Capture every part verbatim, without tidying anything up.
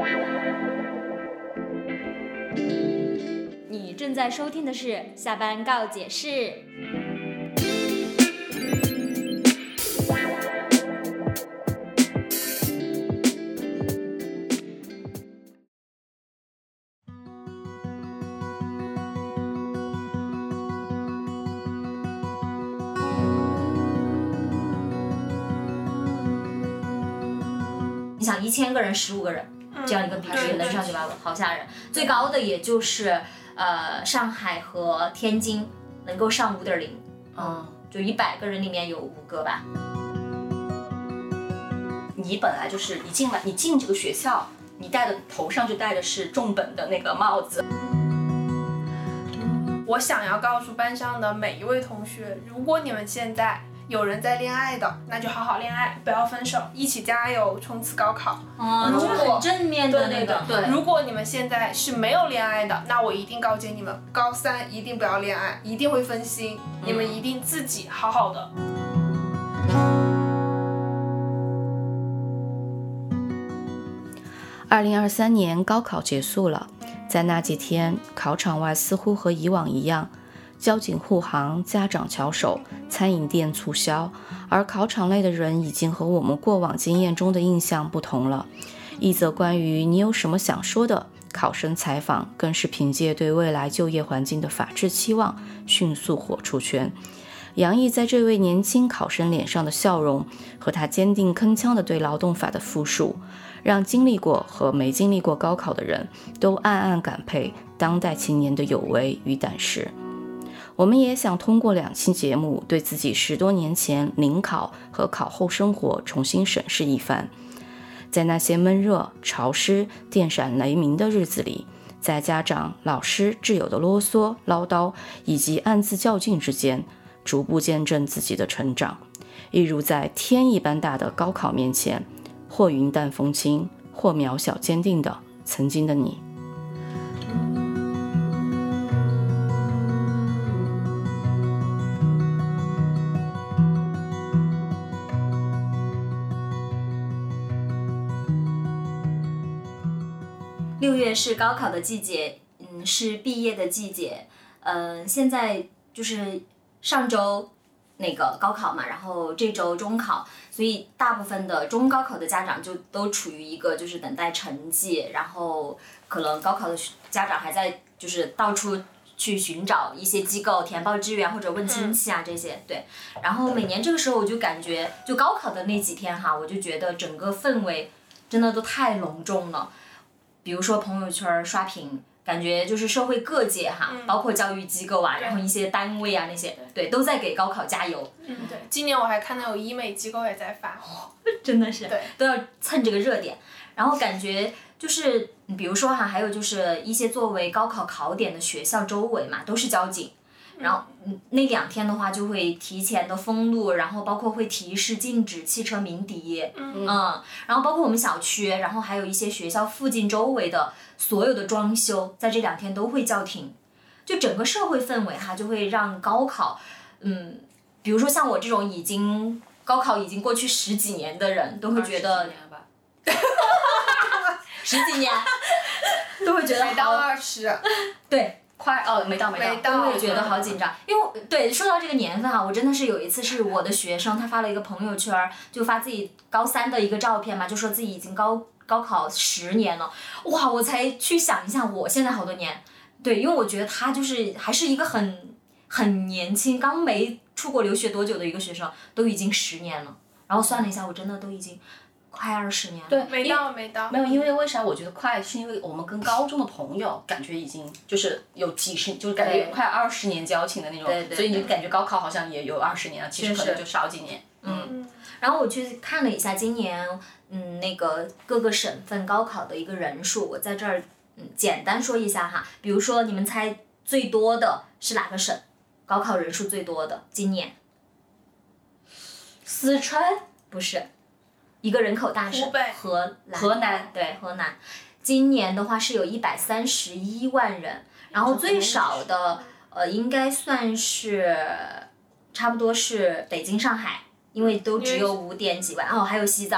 你正在收听的是下班告解室。你想一千个人十五个人这样一个比例能上去吧，好吓人。最高的也就是呃上海和天津能够上 五点零， 嗯，就一百个人里面有五个吧。 你本来就是你进来，你进这个学校，你戴的头上就戴的是重本的那个帽子。 我想要告诉班上的每一位同学，如果你们现在有人在恋爱的，那就好好恋爱，不要分手，一起加油，冲刺高考。 哦，这是很正面的那个。 对。 如果你们现在是没有恋爱的，那我一定告诫你们，高三一定不要恋爱，一定会分心，嗯、你们一定自己好好的。 二零二三年高考结束了，在那几天，考场外似乎和以往一样。交警护航，家长翘首，餐饮店促销，而考场内的人已经和我们过往经验中的印象不同了。一则关于你有什么想说的考生采访，更是凭借对未来就业环境的法治期望，迅速火出圈。洋溢在这位年轻考生脸上的笑容和他坚定铿锵的对劳动法的复述，让经历过和没经历过高考的人都暗暗感佩当代青年的有为与胆识。我们也想通过两期节目，对自己十多年前临考和考后生活重新审视一番。在那些闷热、潮湿、电闪雷鸣的日子里，在家长、老师挚友的啰嗦、唠叨以及暗自较劲之间，逐步见证自己的成长。一如在天一般大的高考面前，或云淡风轻，或渺小坚定的曾经的你。 六月是高考的季节，嗯，是毕业的季节，嗯、呃，现在就是上周那个高考嘛，然后这周中考，所以大部分的中高考的家长就都处于一个就是等待成绩，然后可能高考的家长还在就是到处去寻找一些机构填报志愿或者问亲戚啊这些，对。然后每年这个时候我就感觉，就高考的那几天哈，我就觉得整个氛围真的都太隆重了。比如说朋友圈刷屏，感觉就是社会各界哈，嗯、包括教育机构啊，然后一些单位啊那些，对，都在给高考加油。 嗯，对。今年我还看到有医美机构也在发， 真的是， 对， 都要蹭这个热点。然后感觉就是，比如说哈，还有就是一些作为高考考点的学校周围嘛，都是交警。然后那两天的话就会提前的封路，然后包括会提示禁止汽车鸣笛，嗯, 嗯，然后包括我们小区，然后还有一些学校附近周围的所有的装修，在这两天都会叫停，就整个社会氛围哈，就会让高考，嗯，比如说像我这种已经高考已经过去十几年的人，都会觉得，十几年，都会觉得没到二十， 对。 快哦，没到没到， 没到， 我也觉得好紧张，因为对说到这个年份哈，我真的是有一次是我的学生，他发了一个朋友圈，就发自己高三的一个照片嘛，就说自己已经高高考十年了，哇，我才去想一下我现在好多年，对，因为我觉得他就是还是一个很很年轻，刚没出国留学多久的一个学生，都已经十年了，然后算了一下，我真的都已经快二十年了。 对， 没到没到。 没有，因为为啥我觉得快，是因为我们跟高中的朋友感觉已经就是有几十，就是感觉快二十年交情的那种， 对对对， 所以你感觉高考好像也有二十年了，其实可能就少几年。 嗯，然后我去看了一下今年，嗯，那个各个省份高考的一个人数，我在这儿嗯简单说一下哈，比如说你们猜最多的是哪个省？高考人数最多的今年？四川？不是。一个人口大省，河南， 河南对河南，今年的话是有一百三十一万人，然后最少的呃应该算是差不多是北京、上海，因为都只有五点几万，哦还有西藏，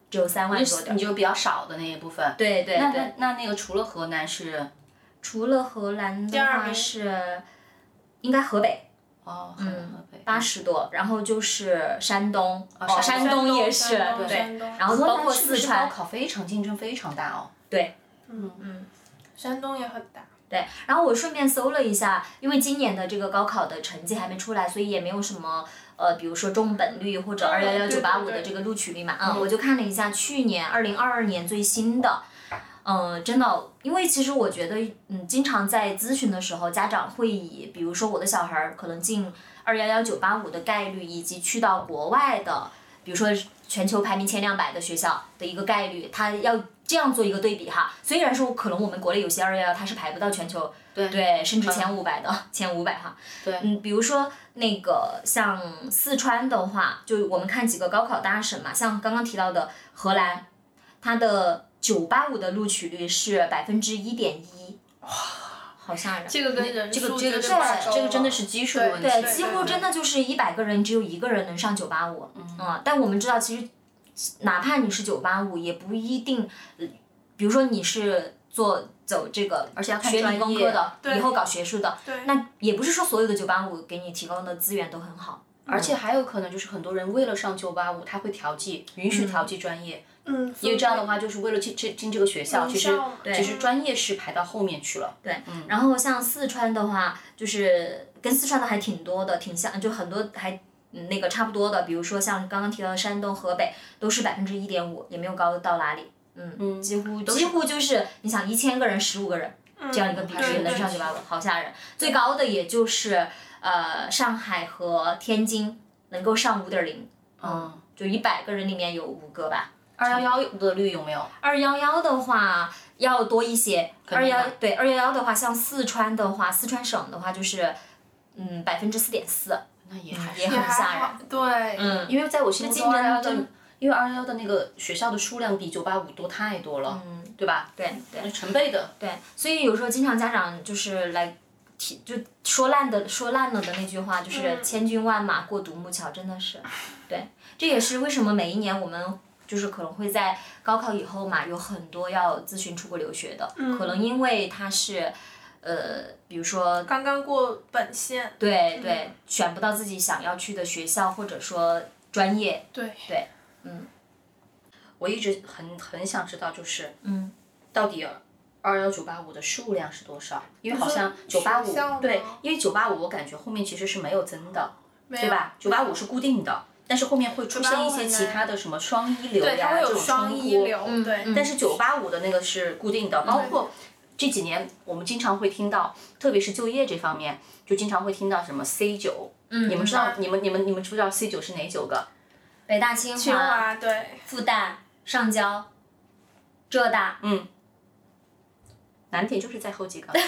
只有三万多点。 你就比较少的那一部分。 对对那对。 那那那个除了河南是？ 除了河南的话第二名是，应该河北。 哦，河南河北。 八十多，然后就是山东， 哦山东也是，对，然后包括四川， 高考非常竞争非常大哦。 对， 嗯嗯，山东也很大。 对，然后我顺便搜了一下，因为今年的这个高考的成绩还没出来，所以也没有什么呃，比如说中本率或者二幺幺九八五的这个录取率嘛，嗯，我就看了一下去年二零二二年最新的。嗯，真的，因为其实我觉得，嗯，经常在咨询的时候，家长会以，比如说我的小孩儿可能进二幺幺九八五的概率，以及去到国外的，比如说全球排名前两百的学校的一个概率，他要这样做一个对比哈。虽然说可能我们国内有些二幺幺它是排不到全球， 对对，甚至前五百的，前五百哈。 对。 嗯，比如说那个像四川的话，就我们看几个高考大省嘛，像刚刚提到的荷兰，它的九八五的录取率是百分之一点一，哇，好吓人！ 这个跟人这个数这个对， 绝挂钩这个真的了是基数的问题。 对，几乎真的就是一百个人只有一个人能上九八五，嗯，但我们知道其实，哪怕你是九八五，也不一定，呃比如说你是做走这个， 而且要看学理工科的， 对以后搞学术的， 对那也不是说所有的九八五给你提供的资源都很好。 而且还有可能就是很多人为了上九八五，他会调剂，允许调剂专业。 嗯， 因为这样的话，就是为了进进进这个学校，其实对其实专业是排到后面去了。 对，然后像四川的话，就是跟四川的还挺多的，挺像，就很多还嗯那个差不多的，比如说像刚刚提到的山东、河北，都是百分之一点五，也没有高到哪里。嗯，嗯几乎几乎就是你想一千个人十五个人这样一个比例能上九八五，好吓人。最高的也就是呃上海和天津能够上五点零，嗯，就一百个人里面有五个吧。 二幺幺的率有没有？ 二幺幺的话要多一些。二幺对二幺幺的话，像四川的话，四川省的话就是嗯百分之四点四， 那也还也很吓人。 对， 嗯， 因为在我心目中二幺幺的， 真因为二幺幺的那个学校的数量比九八五多太多了， 嗯， 对吧？ 对对成倍的。 对，所以有时候经常家长就是来提就说烂的说烂了的那句话，就是千军万马过独木桥，真的是，对，这也是为什么每一年我们。就是可能会在高考以后嘛，有很多要咨询出国留学的， 嗯、 可能因为他是，呃，比如说刚刚过本线， 对对、嗯，选不到自己想要去的学校或者说专业， 对对，嗯， 我一直很很想知道，就是， 嗯， 到底二幺九八五的数量是多少？因为好像九八五对，因为九八五我感觉后面其实是没有增的，对吧？九八五是固定的。但是后面会出现一些其他的什么双一流呀这种称呼， 嗯，对。 但是九八五的那个是固定的，包括这几年我们经常会听到，特别是就业这方面，就经常会听到什么 C 九，嗯，你们知道，你们你们你们知不知道 C 九是哪九个？ 北大、清华、 清华对， 复旦、上交、浙大， 嗯，难点就是在后几个。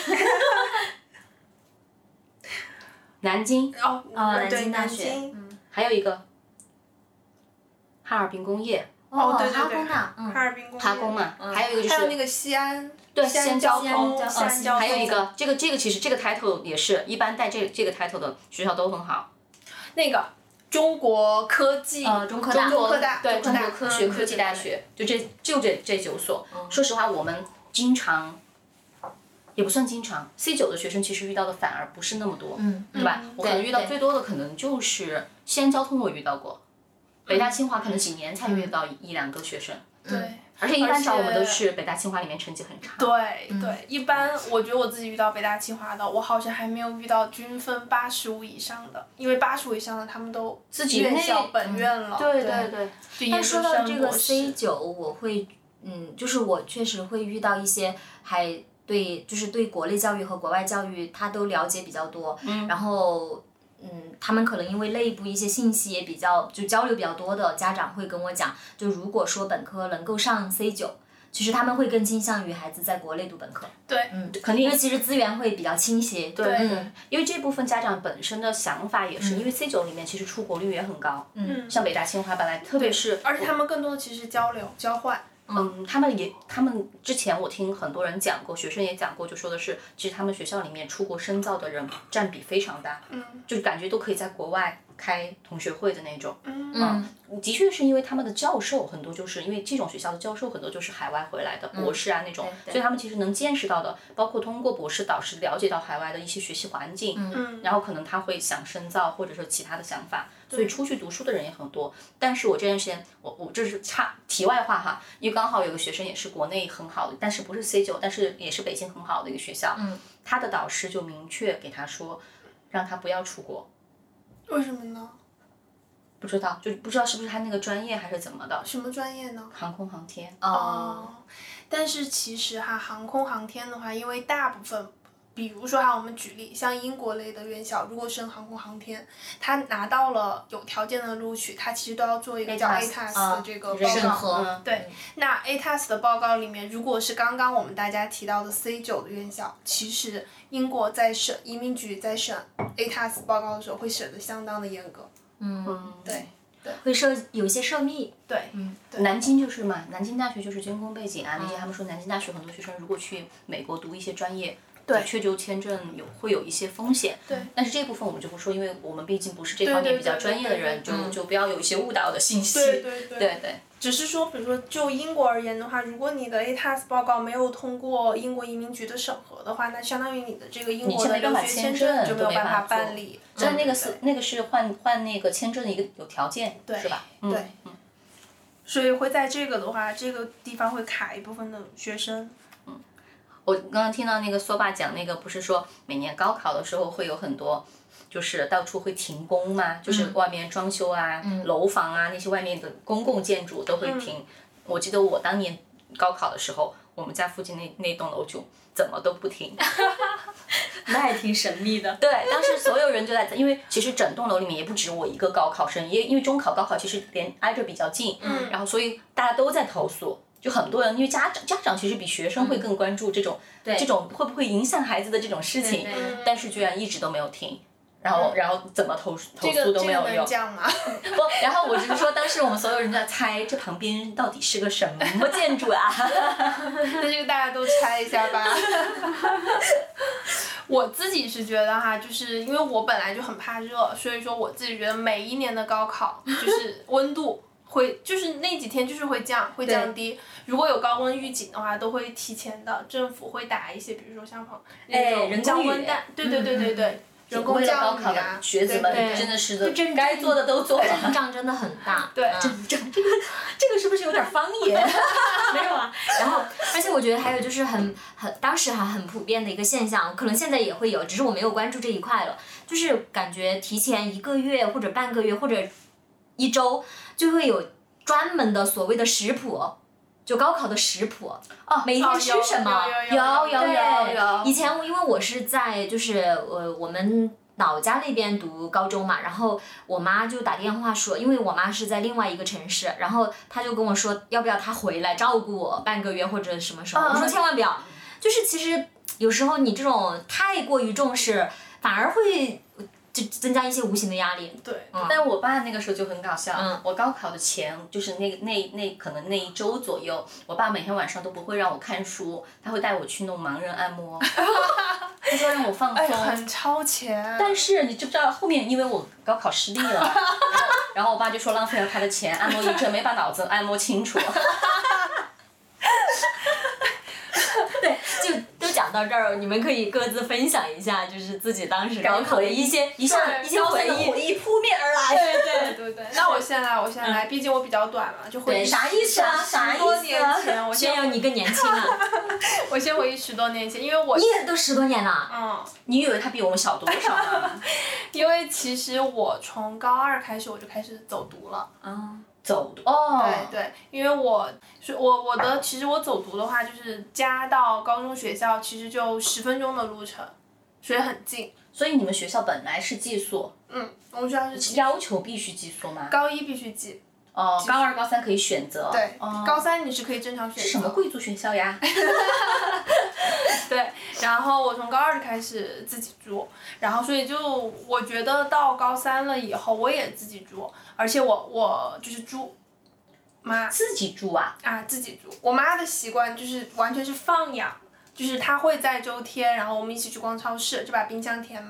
南京哦， 哦，南京大学， 嗯， 还有一个。哈尔滨工业哦，对对对， 哈哈尔滨工业， 哈工嘛，还有一个就是还有那个西安， 对， 西安交通，西安交通， 还有一个这个这个其实这个 title 也是一般带这这个 title 的学校都很好。 那个中国科技， 呃，中科大， 中国科大， 对，中国科学科技大学，就这就这这九所。说实话，我们经常。也不算经常 ，C 九的学生其实遇到的反而不是那么多， 嗯， 对吧？我可能遇到最多的可能就是西安交通，我遇到过。北大清华可能几年才遇到一两个学生， 对， 而且一般找我们都是北大清华里面成绩很差。 对对，一般我觉得我自己遇到北大清华的，我好像还没有遇到均分八十五以上的，因为八十五以上的他们都自己院校本院了。 对对对。 但说到这个 C 九，我会，嗯，就是我确实会遇到一些还对，就是对国内教育和国外教育他都了解比较多，嗯，然后。嗯，他们可能因为内部一些信息也比较就交流比较多的家长会跟我讲，就如果说本科能够上 C 九，其实他们会更倾向于孩子在国内读本科。 对， 嗯， 肯定， 因为其实资源会比较倾斜。 对， 嗯， 因为这部分家长本身的想法也是，嗯、因为 C 九里面其实出国率也很高， 嗯， 像北大清华本来特别是， 而且他们更多的其实交流交换。 嗯，他们也，他们之前我听很多人讲过，学生也讲过，就说的是，其实他们学校里面出国深造的人占比非常大， 嗯， 就是感觉都可以在国外开同学会的那种。 嗯， 的确是因为他们的教授很多就是因为这种学校的教授很多就是海外回来的博士啊那种，所以他们其实能见识到的，包括通过博士导师了解到海外的一些学习环境， 嗯， 然后可能他会想深造或者说其他的想法，所以出去读书的人也很多。但是我这段时间，我我这是插题外话哈，因为刚好有个学生也是国内很好的，但是不是 C 九，但是也是北京很好的一个学校， 嗯， 他的导师就明确给他说，让他不要出国。 为什么呢？ 不知道，就不知道是不是他那个专业还是怎么的。 什么专业呢？ 航空航天。 哦，但是其实哈，航空航天的话，因为大部分，比如说哈，我们举例，像英国类的院校，如果升航空航天，他拿到了有条件的录取，他其实都要做一个叫 A T A S 的这个报审告。 核。 对，那 A T A S 的报告里面，如果是刚刚我们大家提到的 C 九的院校，其实英国在审移民局在审 A T A S 报告的时候，会审得相当的严格。 嗯， 对。 会涉有一些涉密。 对， 嗯， 南京就是嘛，南京大学就是军工背景啊，那些他们说南京大学很多学生如果去美国读一些专业，的确就签证有会有一些风险。 对。 但是这部分我们就不说，因为我们毕竟不是这方面比较专业的人，就就不要有一些误导的信息。 对对对对。 对。 只是说，比如说就英国而言的话，如果你的 A T A S 报告没有通过英国移民局的审核的话，那相当于你的这个英国的留学签证就没有办法办理。 但那个是那个是换换那个签证的一个有条件，是吧？ 对。 嗯。 所以会在这个的话，这个地方会卡一部分的学生。 嗯。我刚刚听到那个索爸讲那个，不是说每年高考的时候会有很多。就是到处会停工嘛，就是外面装修啊、 嗯、 楼房啊那些外面的公共建筑都会停。嗯、我记得我当年高考的时候，我们家附近那那栋楼就怎么都不停。 那还挺神秘的。 对，当时所有人就在，因为其实整栋楼里面也不止我一个高考生，因为因为中考、高考其实连挨着比较近， 嗯， 然后所以大家都在投诉。就很多人，因为家长家长其实比学生会更关注这种、 嗯、 这种会不会影响孩子的这种事情， 对对但是居然一直都没有停。然后，然后怎么投投诉都没有用。 这个能讲吗？ 不，然后我只是说，当时我们所有人在猜这旁边到底是个什么建筑啊？ 那这个大家都猜一下吧。我自己是觉得哈，就是因为我本来就很怕热，所以说我自己觉得每一年的高考就是温度会，就是那几天就是会降，会降低。如果有高温预警的话，都会提前的，政府会打一些，比如说像那种降温弹，对对对对对。人工降雨啊， 学子们真的是的，该做的都做了。 阵仗真的很大。 对。 阵仗这个这个是不是有点方言？ 没有啊。然后，而且我觉得还有就是很很当时还很普遍的一个现象，可能现在也会有，只是我没有关注这一块了。就是感觉提前一个月或者半个月或者一周，就会有专门的所谓的食谱。就高考的食谱哦， 每一天吃什么？ 有有有有。 以前因为我是在就是呃我们老家那边读高中嘛，然后我妈就打电话说，因为我妈是在另外一个城市，然后她就跟我说要不要她回来照顾我半个月或者什么什么，我说千万不要，就是其实有时候你这种太过于重视，反而会。就增加一些无形的压力。 对， 嗯、但我爸那个时候就很搞笑。 嗯、 我高考的前，就是那那那可能那一周左右，我爸每天晚上都不会让我看书，他会带我去弄盲人按摩。他说让我放松。 哎，很超前。 但是你知不知道后面因为我高考失利了，然, 后然后我爸就说浪费了他的钱，按摩一阵没把脑子按摩清楚。 对，就都讲到这儿，你们可以各自分享一下，就是自己当时高考的一些一下一些回忆， 回忆扑面而来。 对对对对。那我先来，我先来，毕竟我比较短嘛，就回忆啥意思啊？啥意思？ 十多年前，我先有你更年轻啊。 我先回忆十多年前，因为我你也都十多年了。 嗯。 你以为他比我们小多少呢？ 因为其实我从高二开始我就开始走读了。 啊。 走读哦。 对对，因为我是我我的其实我走读的话，就是家到高中学校其实就十分钟的路程，所以很近。 所以你们学校本来是寄宿？ 嗯，我们学校是要求必须寄宿吗？ 高一必须寄。 哦，高二、高三可以选择。 对， 哦、 高三你是可以正常选择。 什么贵族学校呀？ 对，然后我从高二就开始自己住，然后所以就我觉得到高三了以后我也自己住，而且我我就是住妈自己住啊啊自己住，我妈的习惯就是完全是放养，就是她会在周天，然后我们一起去逛超市，就把冰箱填满，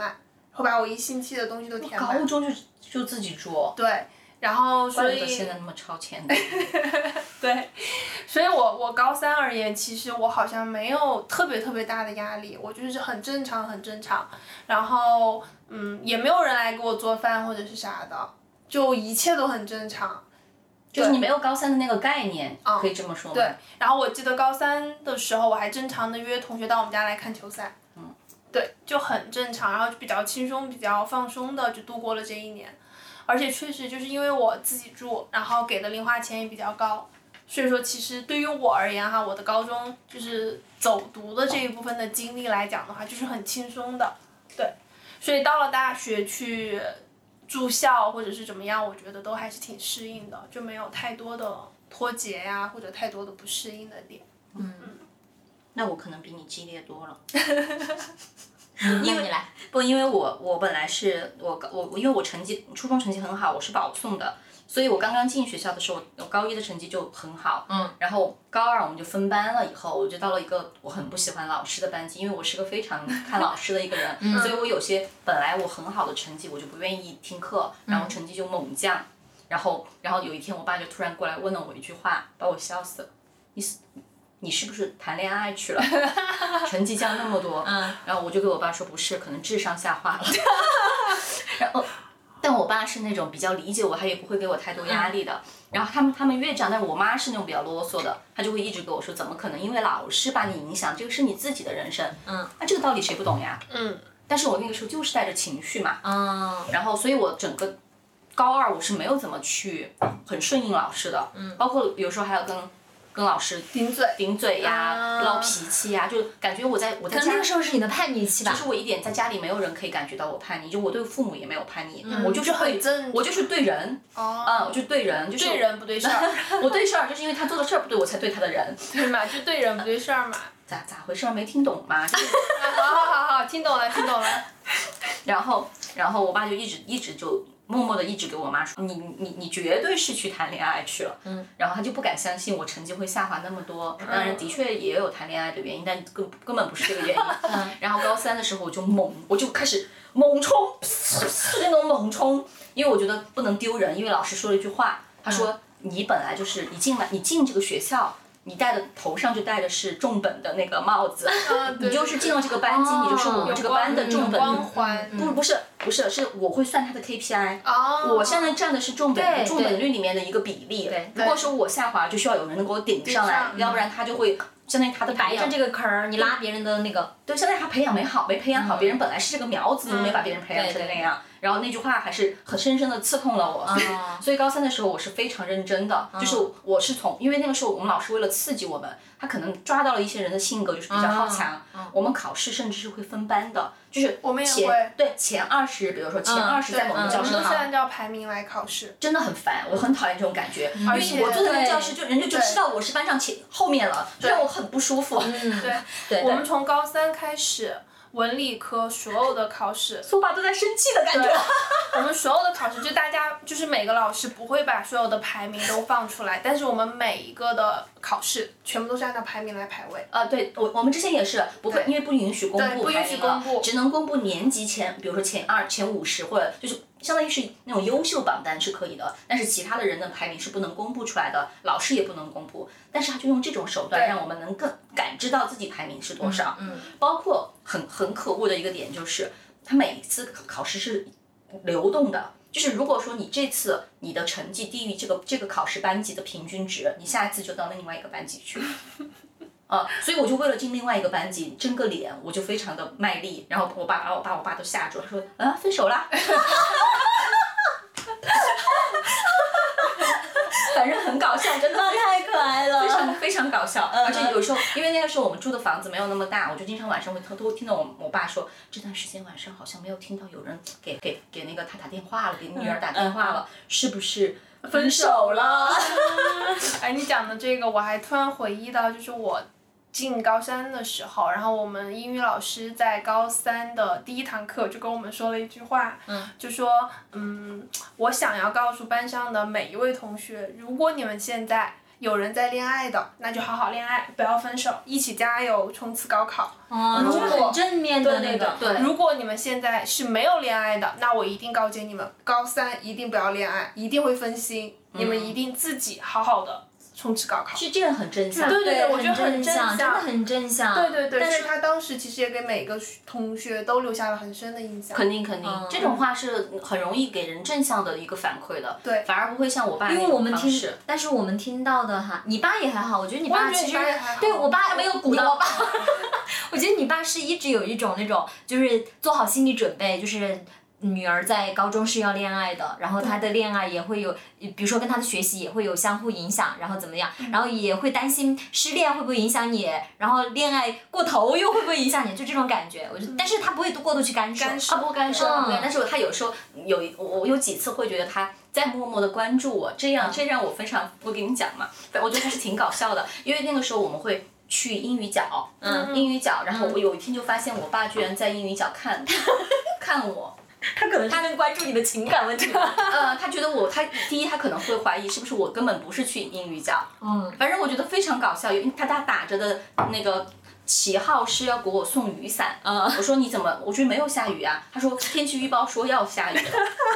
会把我一星期的东西都填满。 高中就就自己住。 对，然后所以。 怪不得现在那么超前的。 对，所以我我高三而言，其实我好像没有特别特别大的压力，我就是很正常很正常，然后嗯也没有人来给我做饭或者是啥的，就一切都很正常。 就是你没有高三的那个概念， 嗯、 可以这么说吗？ 对，然后我记得高三的时候，我还正常的约同学到我们家来看球赛。 嗯。 对，就很正常，然后就比较轻松、比较放松的就度过了这一年，而且确实就是因为我自己住，然后给的零花钱也比较高，所以说其实对于我而言哈，我的高中就是走读的这一部分的经历来讲的话，就是很轻松的，对，所以到了大学去住校或者是怎么样，我觉得都还是挺适应的，就没有太多的脱节呀，或者太多的不适应的点。 嗯。那我可能比你激烈多了。 嗯，那你来。 不，因为我我本来是我我因为我成绩初中成绩很好，我是保送的，所以我刚刚进学校的时候，我高一的成绩就很好。 嗯。 然后高二我们就分班了，以后我就到了一个我很不喜欢老师的班级，因为我是个非常看老师的一个人， 嗯、 所以我有些本来我很好的成绩，我就不愿意听课，然后成绩就猛降。嗯、然后然后有一天我爸就突然过来问了我一句话，把我笑死了，你是。你是不是谈恋爱去了？成绩降那么多， 嗯， 然后我就跟我爸说不是，可能智商下滑了。然后，但我爸是那种比较理解我，他也不会给我太多压力的。嗯、然后他们他们越长，但是我妈是那种比较啰嗦的，她就会一直跟我说，怎么可能？因为老师把你影响，这个是你自己的人生。 嗯， 那这个道理谁不懂呀？ 嗯。 但是我那个时候就是带着情绪嘛。 嗯。 然后，所以我整个高二我是没有怎么去很顺应老师的。 嗯。 包括有时候还要跟。跟老师顶嘴顶嘴呀、 啊、 闹脾气呀，就感觉我在我在家。 可能那个时候是你的叛逆期吧。 就是我一点在家里没有人可以感觉到我叛逆，就我对父母也没有叛逆， 嗯、 我就是很正， 我就是对人， 哦， 嗯，我就对人，就是对人不对事儿。 我对事儿就是因为他做的事儿不对，我才对他的人。 对嘛，就对人不对事儿嘛。 咋咋回事？没听懂嘛？就是、 好好好好，听懂了听懂了。 然后然后我爸就一直一直就。默默的一直给我妈说，你你你绝对是去谈恋爱去了， 嗯， 然后他就不敢相信我成绩会下滑那么多，当然的确也有谈恋爱的原因，但根根本不是这个原因。 嗯， 然后高三的时候我就猛，我就开始猛冲，是那种猛冲，因为我觉得不能丢人，因为老师说了一句话，他说、嗯、你本来就是你进来你进这个学校。你戴的头上就戴的是重本的那个帽子， 啊、 你就是进了这个班级，哦、你就是我们这个班的重本。 光环。 不不是不是是我会算他的 K P I，、 哦、 我现在占的是重本重本率里面的一个比例。如果说我下滑，就需要有人能给我顶上来， 上要不然他就会相当于他的白着这个坑儿，你拉别人的那个。 对，相当于他培养没好，没培养好，嗯、别人本来是这个苗子，嗯、没把别人培养成那样。然后那句话还是很深深的刺痛了我，所以、 哦、 所以高三的时候我是非常认真的，哦、就是我是从因为那个时候我们老师为了刺激我们，他可能抓到了一些人的性格，就是比较好强。 哦、 我们考试甚至是会分班的，就是我们也前会对前二十，比如说前二十在某个教室考，我们都是按照排名来考试， 真的很烦，我很讨厌这种感觉， 嗯、 因为我坐在那个教室就人家就知道我是班上前后面了，让我很不舒服。 嗯， 对， 对， 我们从高三开始。文理科所有的考试， 苏爸都在生气的感觉。 我们所有的考试，就大家就是每个老师不会把所有的排名都放出来，但是我们每一个的考试全部都是按照排名来排位。 呃，对，我我们之前也是不会，因为不允许公布排名了，只能公布年级前，比如说前二、前五十或者就是。相当于是那种优秀榜单是可以的，但是其他的人的排名是不能公布出来的，老师也不能公布。但是他就用这种手段让我们能更感知到自己排名是多少。 嗯，嗯包括很很可恶的一个点就是，他每一次考试是流动的，就是如果说你这次你的成绩低于这个这个考试班级的平均值，你下一次就到另外一个班级去。呃，所以我就为了进另外一个班级争个脸，我就非常的卖力，然后我爸把我爸我爸都吓住了，他说啊分手啦，反正很搞笑，真的太可爱了， 非常非常搞笑， 嗯、 而且有时候因为那个时候我们住的房子没有那么大，我就经常晚上会偷偷听到我我爸说，这段时间晚上好像没有听到有人给给给那个他打电话了，给女儿打电话了，嗯、是不是？分手了。 哎，你讲的这个，我还突然回忆到，就是我进高三的时候，然后我们英语老师在高三的第一堂课就跟我们说了一句话， 嗯， 就说，嗯，我想要告诉班上的每一位同学，如果你们现在有人在恋爱的，那就好好恋爱，不要分手，一起加油，冲刺高考。 哦，这是很正面的那个。 对。 如果你们现在是没有恋爱的，那我一定告诫你们，高三一定不要恋爱，一定会分心，你们一定自己好好的冲刺高考。 其实这样很正向。 对对对，我觉得很正向， 真的很正向。 对对对， 但是他当时其实也给每个同学都留下了很深的印象。 肯定肯定， 嗯、 这种话是很容易给人正向的一个反馈的。 对。 反而不会像我爸那种方式。因为我们听， 但是我们听到的哈，你爸也还好，我觉得你爸其实对我爸没有鼓捣我爸，我觉得你爸是一直有一种那种就是做好心理准备，就是女儿在高中是要恋爱的，然后她的恋爱也会有，比如说跟她的学习也会有相互影响，然后怎么样，然后也会担心失恋会不会影响你，然后恋爱过头又会不会影响你，就这种感觉。我就，但是他不会过度去干涉， 干涉不干涉。 嗯、 对，但是他有时候有我我有几次会觉得他在默默的关注我，这样这让我非常，我给你讲嘛，我觉得还是挺搞笑的，因为那个时候我们会去英语角， 嗯， 英语角，然后我有一天就发现我爸居然在英语角看看我。 他可能他能关注你的情感问题吧。 呃，他觉得我，他第一他可能会怀疑是不是我根本不是去英语角。 嗯。 反正我觉得非常搞笑，因为他他打着的那个旗号是要给我送雨伞。 嗯。 我说你怎么？我觉得没有下雨啊。他说天气预报说要下雨的。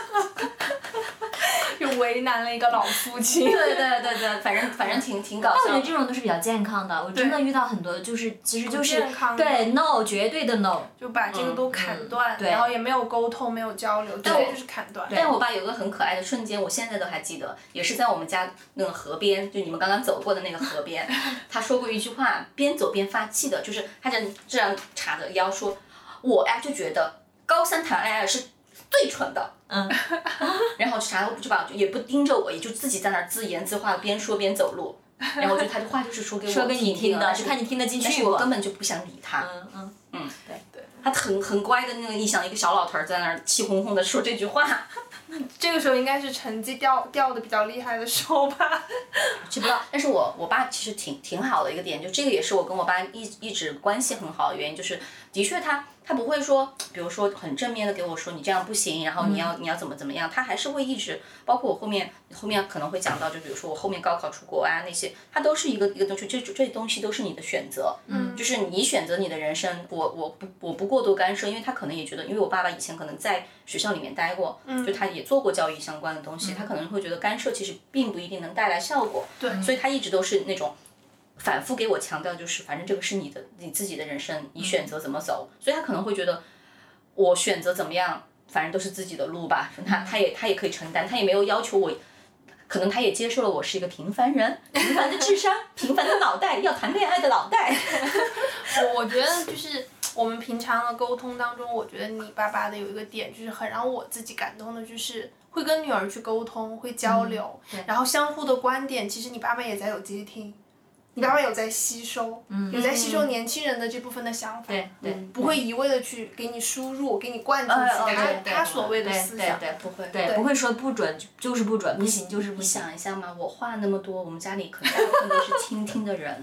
又为难了一个老父亲。 对对对对，反正反正挺挺搞笑。 我觉得这种都是比较健康的，我真的遇到很多就是其实就是对 no 绝对的 no， 就把这个都砍断， 嗯、 然后也没有沟通，没有交流，直接就是砍断。 但我爸有个很可爱的瞬间，我现在都还记得，也是在我们家那个河边，就你们刚刚走过的那个河边，他说过一句话，边走边发气的，就是他这样这样叉着腰说，我呀就觉得高三谈恋爱是最蠢的。 嗯， 然后啥都不知道，也不盯着我，也就自己在那儿自言自话，边说边走路。然后就他的话就是说给我说给你听的， 就看你听得进去。 但是我根本就不想理他。 嗯嗯嗯， 对对。 他很很乖的那个，你想一个小老头在那儿气哄哄的说这句话。 这个时候应该是成绩掉掉的比较厉害的时候吧。 知不知道？但是我我爸其实挺挺好的一个点，就这个也是我跟我爸一一直关系很好的原因，就是的确他他不会说，比如说很正面的给我说你这样不行，然后你要、嗯、你要怎么怎么样，他还是会一直，包括我后面后面可能会讲到，就比如说我后面高考出国啊那些，他都是一个一个东西，这这东西都是你的选择， 嗯， 就是你选择你的人生，我我不我不过度干涉，因为他可能也觉得，因为我爸爸以前可能在学校里面待过， 嗯， 就他也做过教育相关的东西， 嗯、 他可能会觉得干涉其实并不一定能带来效果， 对， 所以他一直都是那种。反复给我强调，就是反正这个是你的你自己的人生，你选择怎么走，所以他可能会觉得我选择怎么样，反正都是自己的路吧。他他也他也可以承担，他也没有要求我，可能他也接受了我是一个平凡人，平凡的智商，平凡的脑袋，要谈恋爱的脑袋。 我我觉得就是我们平常的沟通当中，我觉得你爸爸的有一个点就是很让我自己感动的，就是会跟女儿去沟通，会交流， 嗯、 然后相互的观点，其实你爸爸也在有接听。你爸爸有在吸收， 嗯、 有在吸收年轻人的这部分的想法， 对对， 不会一味的去给你输入，给你灌进去呃、 他对他所谓的思想， 对对不会， 对不会说不准就是不准，不行就是不行。 行。 你想一下嘛，我话那么多，我们家里可大部分都是倾听的人。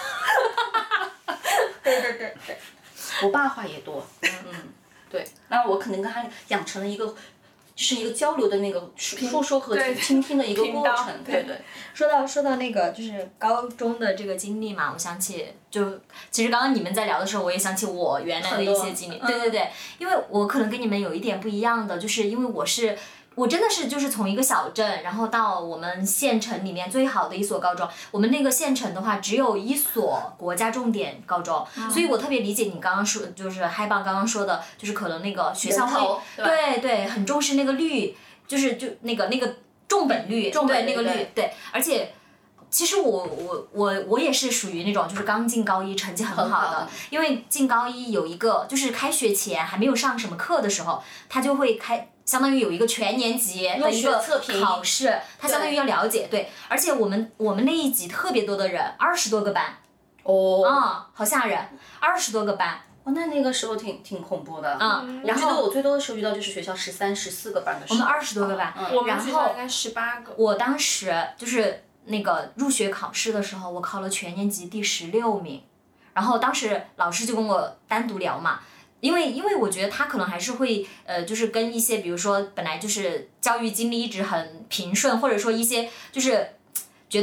对对对对， 我爸话也多，嗯，对，那我可能跟他养成了一个。就是一个交流的那个说说和倾听的一个过程，对对。 说到说到那个就是高中的这个经历嘛，我想起就其实刚刚你们在聊的时候，我也想起我原来的一些经历，对对对，因为我可能跟你们有一点不一样的，就是因为我是。我真的是就是从一个小镇，然后到我们县城里面最好的一所高中。我们那个县城的话，只有一所国家重点高中， 嗯、 所以我特别理解你刚刚说，就是嗨棒刚刚说的，就是可能那个学校会对对对很重视那个率，就是就那个那个重本率， 重本对那个率，对，而且。其实我我我我也是属于那种就是刚进高一成绩很好的，因为进高一有一个就是开学前还没有上什么课的时候，他就会开相当于有一个全年级的一个考试，他相当于要了解对，而且我们我们那一级特别多的人，二十多个班， 哦， 啊、嗯，好吓人，二十多个班。 哦，那那个时候挺挺恐怖的。 嗯， 然后我最多的时候遇到就是学校十三、十四个班的时候。 我们二十多个班， 嗯、我们学校应该十八个。 我当时就是那个入学考试的时候，我考了全年级第十六名，然后当时老师就跟我单独聊嘛，因为因为我觉得他可能还是会呃，就是跟一些比如说本来就是教育经历一直很平顺，或者说一些就是觉得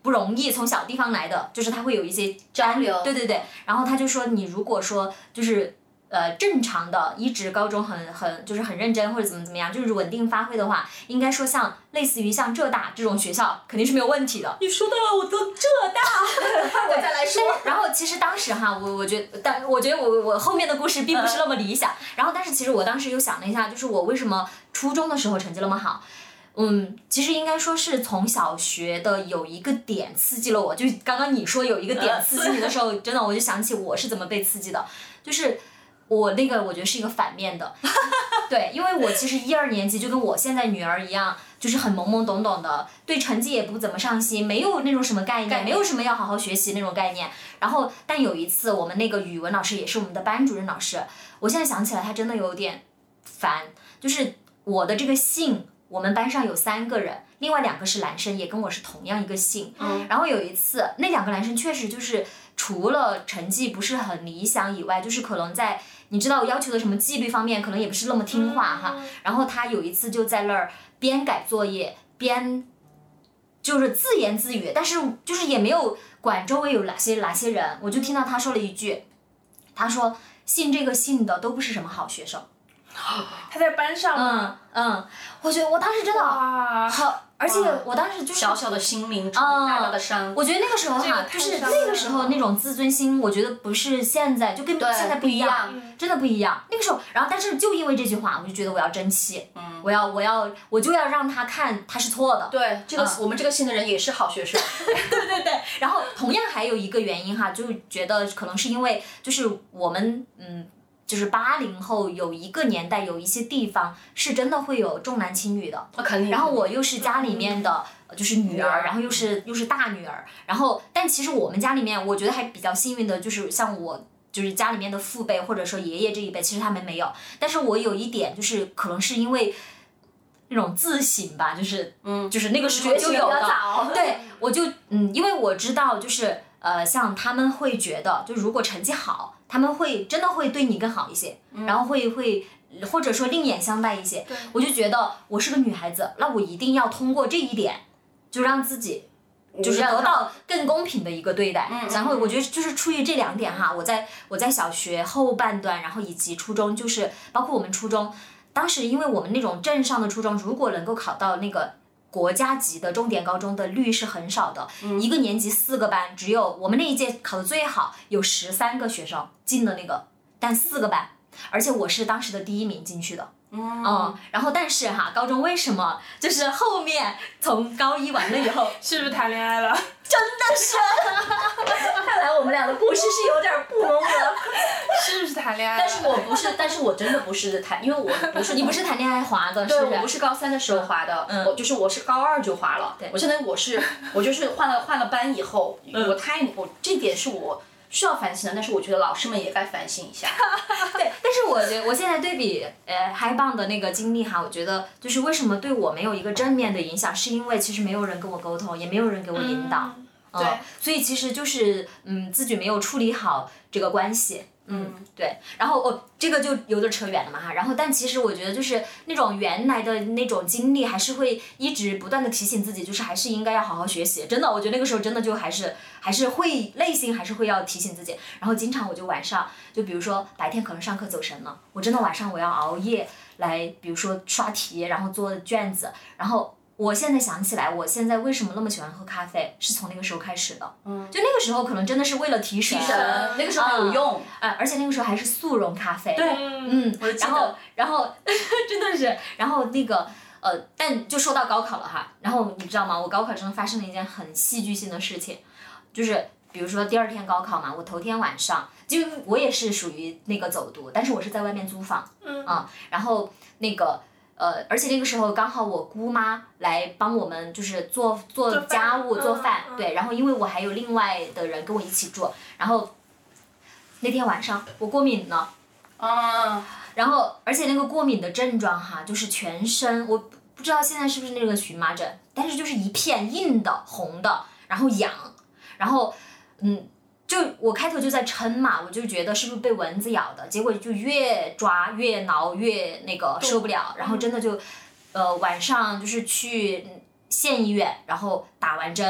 不容易从小地方来的，就是他会有一些交流， 对对对，然后他就说你如果说就是呃正常的一直高中很很就是很认真或者怎么怎么样，就是稳定发挥的话，应该说像类似于像浙大这种学校肯定是没有问题的。你说到了我的浙大， 我再来说。 然后其实当时哈，我我觉得，但我觉得我我后面的故事并不是那么理想。嗯、然后但是其实我当时又想了一下，就是我为什么初中的时候成绩那么好。嗯，其实应该说是从小学的有一个点刺激了我，就刚刚你说有一个点刺激你的时候，真的我就想起我是怎么被刺激的，就是我那个我觉得是一个反面的，对，因为我其实一二年级就跟我现在女儿一样，就是很懵懵懂懂的，对成绩也不怎么上心，没有那种什么概念，概念没有什么要好好学习那种概念。然后，但有一次我们那个语文老师也是我们的班主任老师，我现在想起来他真的有点烦，就是我的这个姓。我们班上有三个人，另外两个是男生，也跟我是同样一个姓。嗯。然后有一次，那两个男生确实就是除了成绩不是很理想以外，就是可能在你知道要求的什么纪律方面，可能也不是那么听话哈。嗯、然后他有一次就在那儿边改作业边就是自言自语，但是就是也没有管周围有哪些哪些人，我就听到他说了一句，他说姓这个姓的都不是什么好学生。 他在班上吗？嗯嗯，我觉得我当时真的好，而且我当时就是小小的心灵大大的伤。 我觉得那个时候哈，就是那个时候那种自尊心，我觉得不是现在就跟现在不一样，真的不一样。那个时候，然后但是就因为这句话，我就觉得我要争气，嗯，我要我要我就要让他看他是错的。 对，这个我们这个姓的人也是好学生。 对对对。然后同样还有一个原因哈，就觉得可能是因为就是我们嗯。就是八零后有一个年代有一些地方是真的会有重男轻女的， 啊、肯定。 然后我又是家里面的、嗯、就是女儿，然后又是又是大女儿，然后但其实我们家里面我觉得还比较幸运的，就是像我就是家里面的父辈或者说爷爷这一辈，其实他们没有，但是我有一点就是可能是因为那种自省吧，就是嗯，就是那个时候就有的，对，我就嗯，因为我知道就是呃，像他们会觉得，就如果成绩好。他们会真的会对你更好一些，嗯、然后会会或者说另眼相待一些。我就觉得我是个女孩子，那我一定要通过这一点，就让自己就是得到更公平的一个对待。嗯、然后我觉得就是出于这两点哈，我在我在小学后半段，然后以及初中，就是包括我们初中，当时因为我们那种镇上的初中，如果能够考到那个。国家级的重点高中的率是很少的，嗯、一个年级四个班，只有我们那一届考的最好，有十三个学生进了那个，但四个班，而且我是当时的第一名进去的。嗯, 嗯，然后但是哈，高中为什么就是后面从高一完了以后， 是不是谈恋爱了？ 真的是，看来我们俩的故事是有点不谋了。 是不是谈恋爱了？ 但是我不是，但是我真的不是谈，因为我不是你不是谈恋爱滑的， 对， 是不是？ 我不是高三的时候滑的，嗯、我就是我是高二就滑了。对，我相当于我是我就是换了换了班以后，嗯、我太我这点是我。需要反省的，但是我觉得老师们也该反省一下。 对，但是我觉得我现在对比呃嗨棒的那个经历哈，我觉得就是为什么对我没有一个正面的影响，是因为其实没有人跟我沟通，也没有人给我引导。 嗯嗯、对， 所以其实就是嗯自己没有处理好这个关系。嗯，对，然后哦，这个就有点扯远了嘛哈。然后，但其实我觉得就是那种原来的那种经历，还是会一直不断的提醒自己，就是还是应该要好好学习。真的，我觉得那个时候真的就还是还是会内心还是会要提醒自己。然后经常我就晚上，就比如说白天可能上课走神了，我真的晚上我要熬夜来，比如说刷题，然后做卷子，然后。我现在想起来，我现在为什么那么喜欢喝咖啡，是从那个时候开始的。嗯，就那个时候可能真的是为了提神， 提神那个时候还有用。 啊、呃，而且那个时候还是速溶咖啡。 对， 嗯，然后，然后真的是，然后那个呃，但就说到高考了哈，然后你知道吗？我高考真的发生了一件很戏剧性的事情，就是比如说第二天高考嘛，我头天晚上，就我也是属于那个走读，但是我是在外面租房，嗯啊，然后那个。呃，而且那个时候刚好我姑妈来帮我们，就是做做家务、做饭，嗯、对。然后因为我还有另外的人跟我一起住，然后那天晚上我过敏了， 啊， 然后而且那个过敏的症状哈，就是全身，我不知道现在是不是那个荨麻疹，但是就是一片硬的、红的，然后痒，然后嗯。就我开头就在撑嘛，我就觉得是不是被蚊子咬的，结果就越抓越挠越那个受不了，然后真的就，呃晚上就是去县医院，然后打完针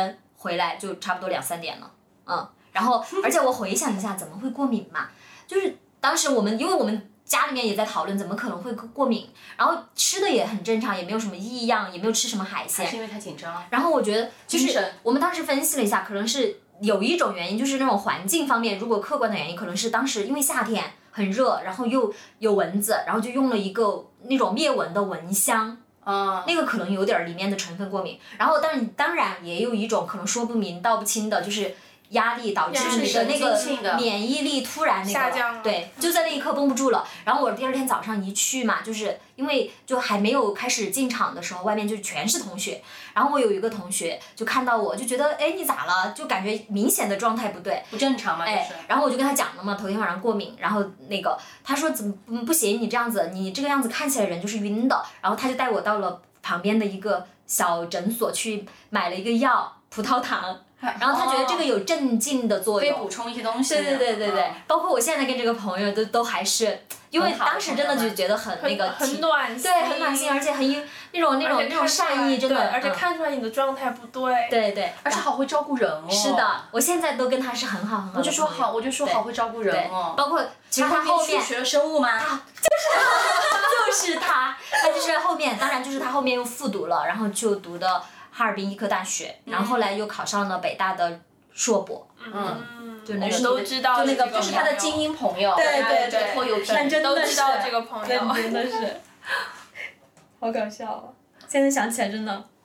回来就差不多两三点了，嗯，然后而且我回想一下怎么会过敏嘛，就是当时我们因为我们家里面也在讨论怎么可能会过敏，然后吃的也很正常，也没有什么异样，也没有吃什么海鲜， 还是因为太紧张。 然后我觉得就是我们当时分析了一下，可能是有一种原因就是那种环境方面，如果客观的原因，可能是当时因为夏天很热，然后又有蚊子，然后就用了一个那种灭蚊的蚊香。 嗯， 那个可能有点里面的成分过敏，然后但当然也有一种可能说不明道不清的，就是压力导致你的那个免疫力突然那个下降， 对，就在那一刻绷不住了。然后我第二天早上一去嘛，就是因为就还没有开始进场的时候，外面就全是同学。然后我有一个同学就看到我就觉得，哎，你咋了？就感觉明显的状态不对， 不正常嘛， 哎，然后我就跟他讲了嘛，头天晚上过敏，然后那个他说怎么不行，你这样子，你这个样子看起来人就是晕的。然后他就带我到了旁边的一个小诊所去买了一个药，葡萄糖。然后他觉得这个有镇静的作用， 可以补充一些东西。 对对对对对，嗯、包括我现在跟这个朋友都都还是，因为当时真的就觉得很那个很暖心， 对，很暖心，而且很有那种那种那种善意，真的， 而且看出来你的状态不对。 对对， 而且好会照顾人哦。 是的，我现在都跟他是很好很好的。 我就说好，我就说好会照顾人哦。 包括其实他后面学了生物吗？ 就是就是他，他就是后面，当然就是他后面又复读了，然后就读的哈尔滨医科大学，然后后来又考上了北大的。硕博， 嗯， 就那个都知道， 就那个就是他的精英朋友， 对对对，颇有品， 真都知道这个朋友， 真的是，好搞笑啊！现在想起来真的，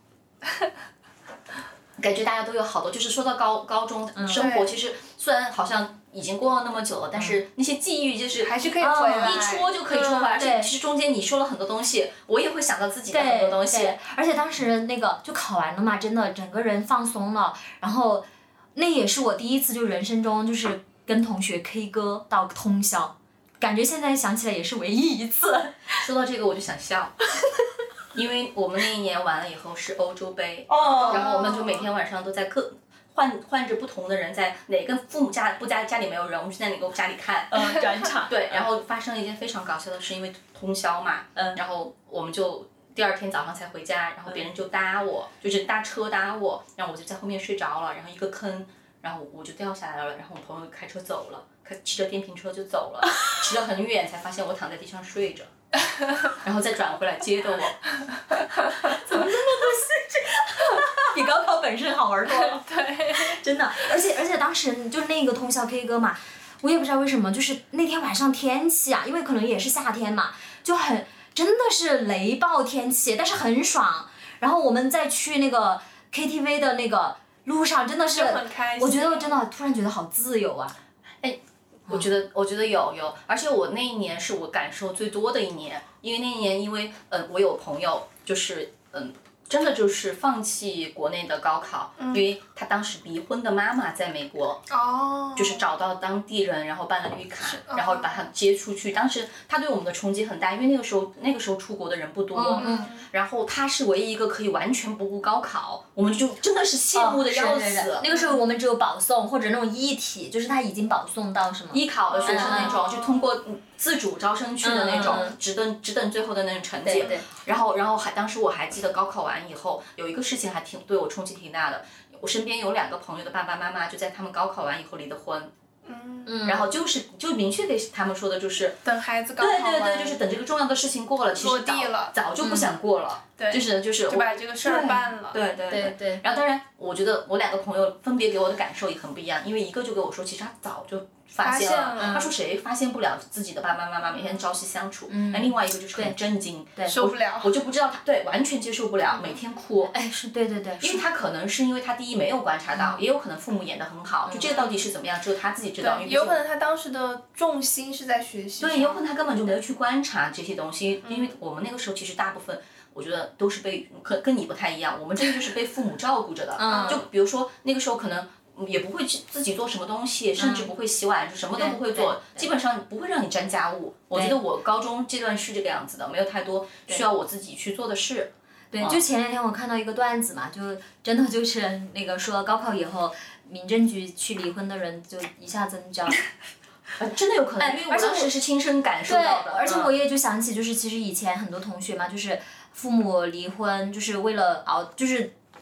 感觉大家都有好多，就是说到高高中生活，其实虽然好像已经过了那么久了，但是那些记忆就是还是可以回来， 一戳就可以戳回来。而且其实中间你说了很多东西，我也会想到自己的很多东西。 而且当时那个就考完了嘛，真的整个人放松了，然后。那也是我第一次，就人生中就是跟同学 K 歌到通宵，感觉现在想起来也是唯一一次。 说到这个我就想笑，因为我们那一年完了以后是欧洲杯， 哦， 然后我们就每天晚上都在各换换着不同的人，在哪个父母家不家家里没有人，我们就在哪个家里看， 嗯，转场。 对，然后发生了一件非常搞笑的事，因为通宵嘛， 嗯， 然后我们就。第二天早上才回家，然后别人就搭我，就是搭车搭我，然后我就在后面睡着了，然后一个坑，然后我就掉下来了，然后我朋友开车走了，开骑着电瓶车就走了，骑了很远才发现我躺在地上睡着，然后再转回来接的我。 怎么那么多细节？比高考本身好玩多了。 对， 真的，而且而且当时就那个通宵 K 歌嘛，我也不知道为什么，就是那天晚上天气啊，因为可能也是夏天嘛，就很。真的是雷暴天气，但是很爽。然后我们再去那个 K T V 的那个路上，真的是，我觉得真的突然觉得好自由啊！ 哎，我觉得我觉得有有，而且我那一年是我感受最多的一年，因为那一年因为嗯、呃、我有朋友就是嗯。真的就是放弃国内的高考， 嗯、 因为他当时离婚的妈妈在美国， 哦， 就是找到当地人，然后办了绿卡，然后把他接出去。当时他对我们的冲击很大，因为那个时候那个时候出国的人不多， 嗯嗯、 然后他是唯一一个可以完全不顾高考，我们就真的是羡慕的要死。 哦、是是是那个时候我们只有保送或者那种一体，就是他已经保送到什么艺考的学生那种， 嗯、 就通过自主招生去的那种， 嗯、 只等只等最后的那种成绩。 对对然后然后还当时我还记得高考完以后有一个事情还挺对我冲击挺大的，我身边有两个朋友的爸爸妈妈就在他们高考完以后离的婚。 嗯， 然后就是就明确给他们说的就是等孩子高考完，对对对，就是等这个重要的事情过了，其实早早就不想过了， 对， 就是就是就把这个事儿办了， 对对对对。 然后当然，我觉得我两个朋友分别给我的感受也很不一样，因为一个就给我说，其实他早就发现了， 了他说谁发现不了自己的爸爸妈妈每天朝夕相处，那、嗯、另外一个就是很震惊， 受不了， 我就不知道他对完全接受不了，每天哭， 哎是对对对， 因为他可能是因为他第一没有观察到，嗯、也有可能父母演得很好，嗯、就这个到底是怎么样，只有他自己知道， 也有可能他当时的重心是在学习， 对，有可能他根本就没有去观察这些东西，嗯、因为我们那个时候其实大部分。我觉得都是被跟跟你不太一样，我们这个就是被父母照顾着的。 嗯、 就比如说那个时候可能也不会自己做什么东西，甚至不会洗碗，就什么都不会做，基本上不会让你沾家务。我觉得我高中阶段是这个样子的，没有太多需要我自己去做的事。 对，就前两天我看到一个段子嘛，就真的就是那个说高考以后，民政局去离婚的人就一下增加。 呃，真的有可能，因为我当时是亲身感受到的。 对，而且我也就想起，就是其实以前很多同学嘛，就是父母离婚，就是为了熬，就是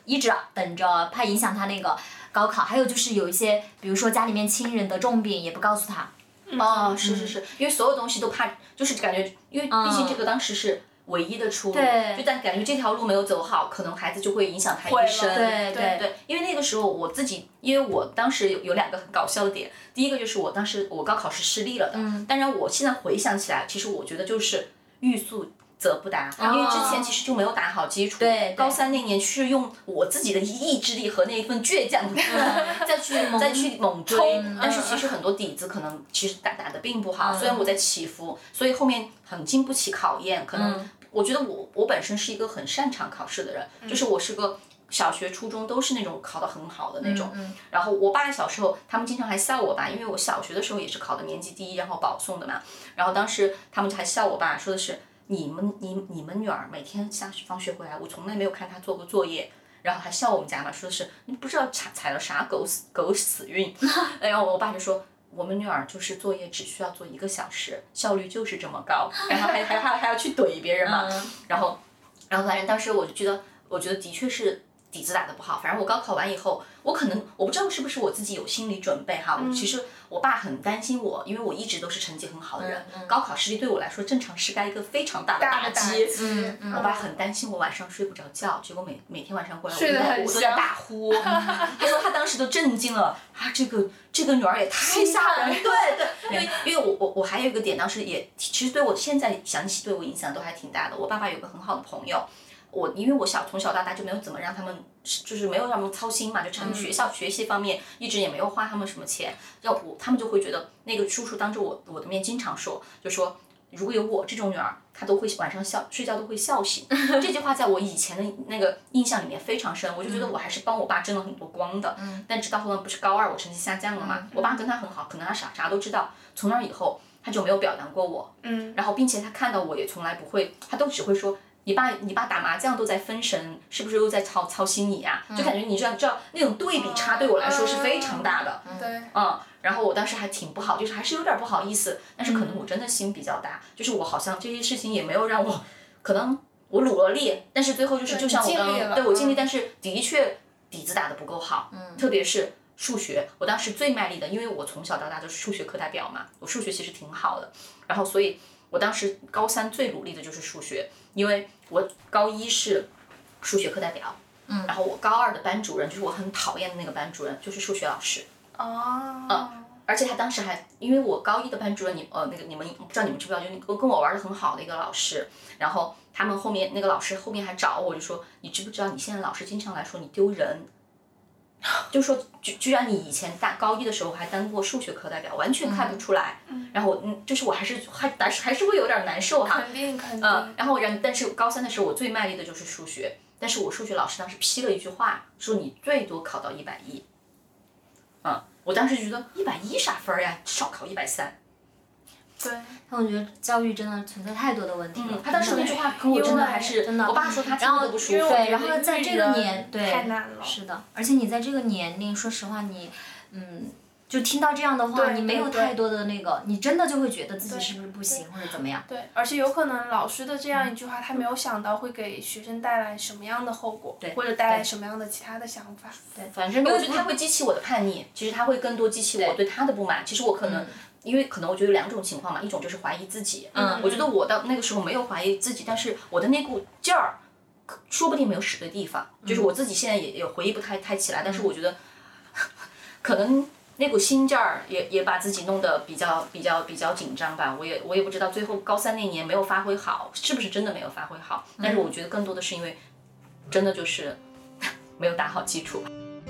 一直等着，怕影响他那个高考。还有就是有一些，比如说家里面亲人得重病，也不告诉他。 哦，是是是，因为所有东西都怕，就是感觉，因为毕竟这个当时是唯一的出路， 对就但感觉这条路没有走好，可能孩子就会影响他一生。 对对对，因为那个时候我自己，因为我当时有有两个很搞笑的点，第一个就是我当时我高考是失利了的， 嗯， 当然我现在回想起来，其实我觉得就是欲速则不达，因为之前其实就没有打好基础。 对， 高三那年是用我自己的意志力和那一份倔强再去再去猛追，但是其实很多底子可能其实打打的并不好，虽然我在起伏，所以后面很经不起考验。可能我觉得我我本身是一个很擅长考试的人，就是我是个。小学、初中都是那种考得很好的那种， 嗯嗯、 然后我爸小时候他们经常还笑我爸，因为我小学的时候也是考的年级第一，然后保送的嘛，然后当时他们还笑我爸，说的是你们你你们女儿每天下放学回来，我从来没有看她做过作业，然后还笑我们家嘛，说的是你不知道踩踩了啥狗死狗死运，然后我爸就说。我们女儿就是作业只需要做一个小时，效率就是这么高，然后还还还还要去怼别人嘛， 嗯、 然后，然后反正当时我就觉得，我觉得的确是底子打得不好。反正我高考完以后，我可能我不知道是不是我自己有心理准备哈。嗯、其实我爸很担心我，因为我一直都是成绩很好的人， 嗯嗯、 高考失利对我来说正常是该一个非常大的打击。 嗯嗯、 我爸很担心我晚上睡不着觉，结果每每天晚上过来， 睡得很我都在大呼。他说他当时都震惊了啊，这个这个女儿也太吓人了。对对，因为因为我我我还有一个点，当时也其实对我现在想起对我影响都还挺大的。我爸爸有个很好的朋友。我因为我小从小到大就没有怎么让他们，就是没有让他们操心嘛，就成学校学习方面一直也没有花他们什么钱，要我他们就会觉得那个叔叔当着我我的面经常说，就说如果有我这种女儿，她都会晚上笑睡觉都会笑醒。这句话在我以前的那个印象里面非常深，我就觉得我还是帮我爸争了很多光的。嗯、但直到后面不是高二我成绩下降了嘛，嗯、我爸跟他很好，可能他啥啥都知道，从那以后他就没有表扬过我。嗯，然后并且他看到我也从来不会，他都只会说。你爸，你爸打麻将都在分神，是不是又在操操心你啊？就感觉你知道，知道那种对比差对我来说是非常大的。 嗯、对。 嗯，然后我当时还挺不好，就是还是有点不好意思，但是可能我真的心比较大，嗯、就是我好像这些事情也没有让我，可能我努了力，但是最后就是就像我刚刚对我尽力，但是的确底子打得不够好，嗯、特别是数学，我当时最卖力的，因为我从小到大都是数学课代表嘛，我数学其实挺好的，然后所以。我当时高三最努力的就是数学，因为我高一是数学课代表，嗯，然后我高二的班主任就是我很讨厌的那个班主任，就是数学老师。 哦。 嗯，而且他当时还，因为我高一的班主任，你呃那个你们不知道你们知不知道，就跟我玩的很好的一个老师，然后他们后面那个老师后面还找我，就说你知不知道你现在老师经常来说你丢人。就说居居然你以前大高一的时候还当过数学课代表，完全看不出来。嗯、然后我嗯，就是我还是还还是还是会有点难受哈。 肯定肯定。 嗯，然后然但是高三的时候我最卖力的就是数学，但是我数学老师当时批了一句话，说你最多考到一百一。嗯，我当时就觉得一百一啥分呀，少考一百三。 对， 但我觉得教育真的存在太多的问题了。 嗯、他当时那句话跟我真的还是， 真的我爸说他听得不舒服。 对，然后在这个年，对， 太难了。 是的，而且你在这个年龄，说实话，你，嗯，就听到这样的话，你没有太多的那个，你真的就会觉得自己是不是不行或者怎么样。 对，而且有可能老师的这样一句话，他没有想到会给学生带来什么样的后果，或者带来什么样的其他的想法。 对，反正我觉得他会激起我的叛逆，其实他会更多激起我对他的不满。其实我可能。因为可能我觉得有两种情况嘛，一种就是怀疑自己，嗯，我觉得我到那个时候没有怀疑自己，但是我的那股劲儿，说不定没有使对地方，嗯、就是我自己现在也也回忆不太太起来，但是我觉得，可能那股心劲儿也也把自己弄得比较比较比较紧张吧，我也我也不知道最后高三那年没有发挥好，是不是真的没有发挥好，但是我觉得更多的是因为，真的就是没有打好基础。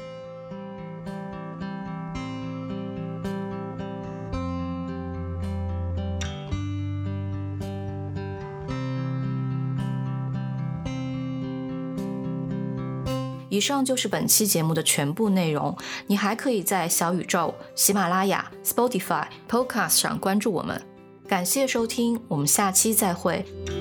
以上就是本期节目的全部内容，你还可以在小宇宙、喜马拉雅、Spotify、Podcast 上关注我们。感谢收听，我们下期再会。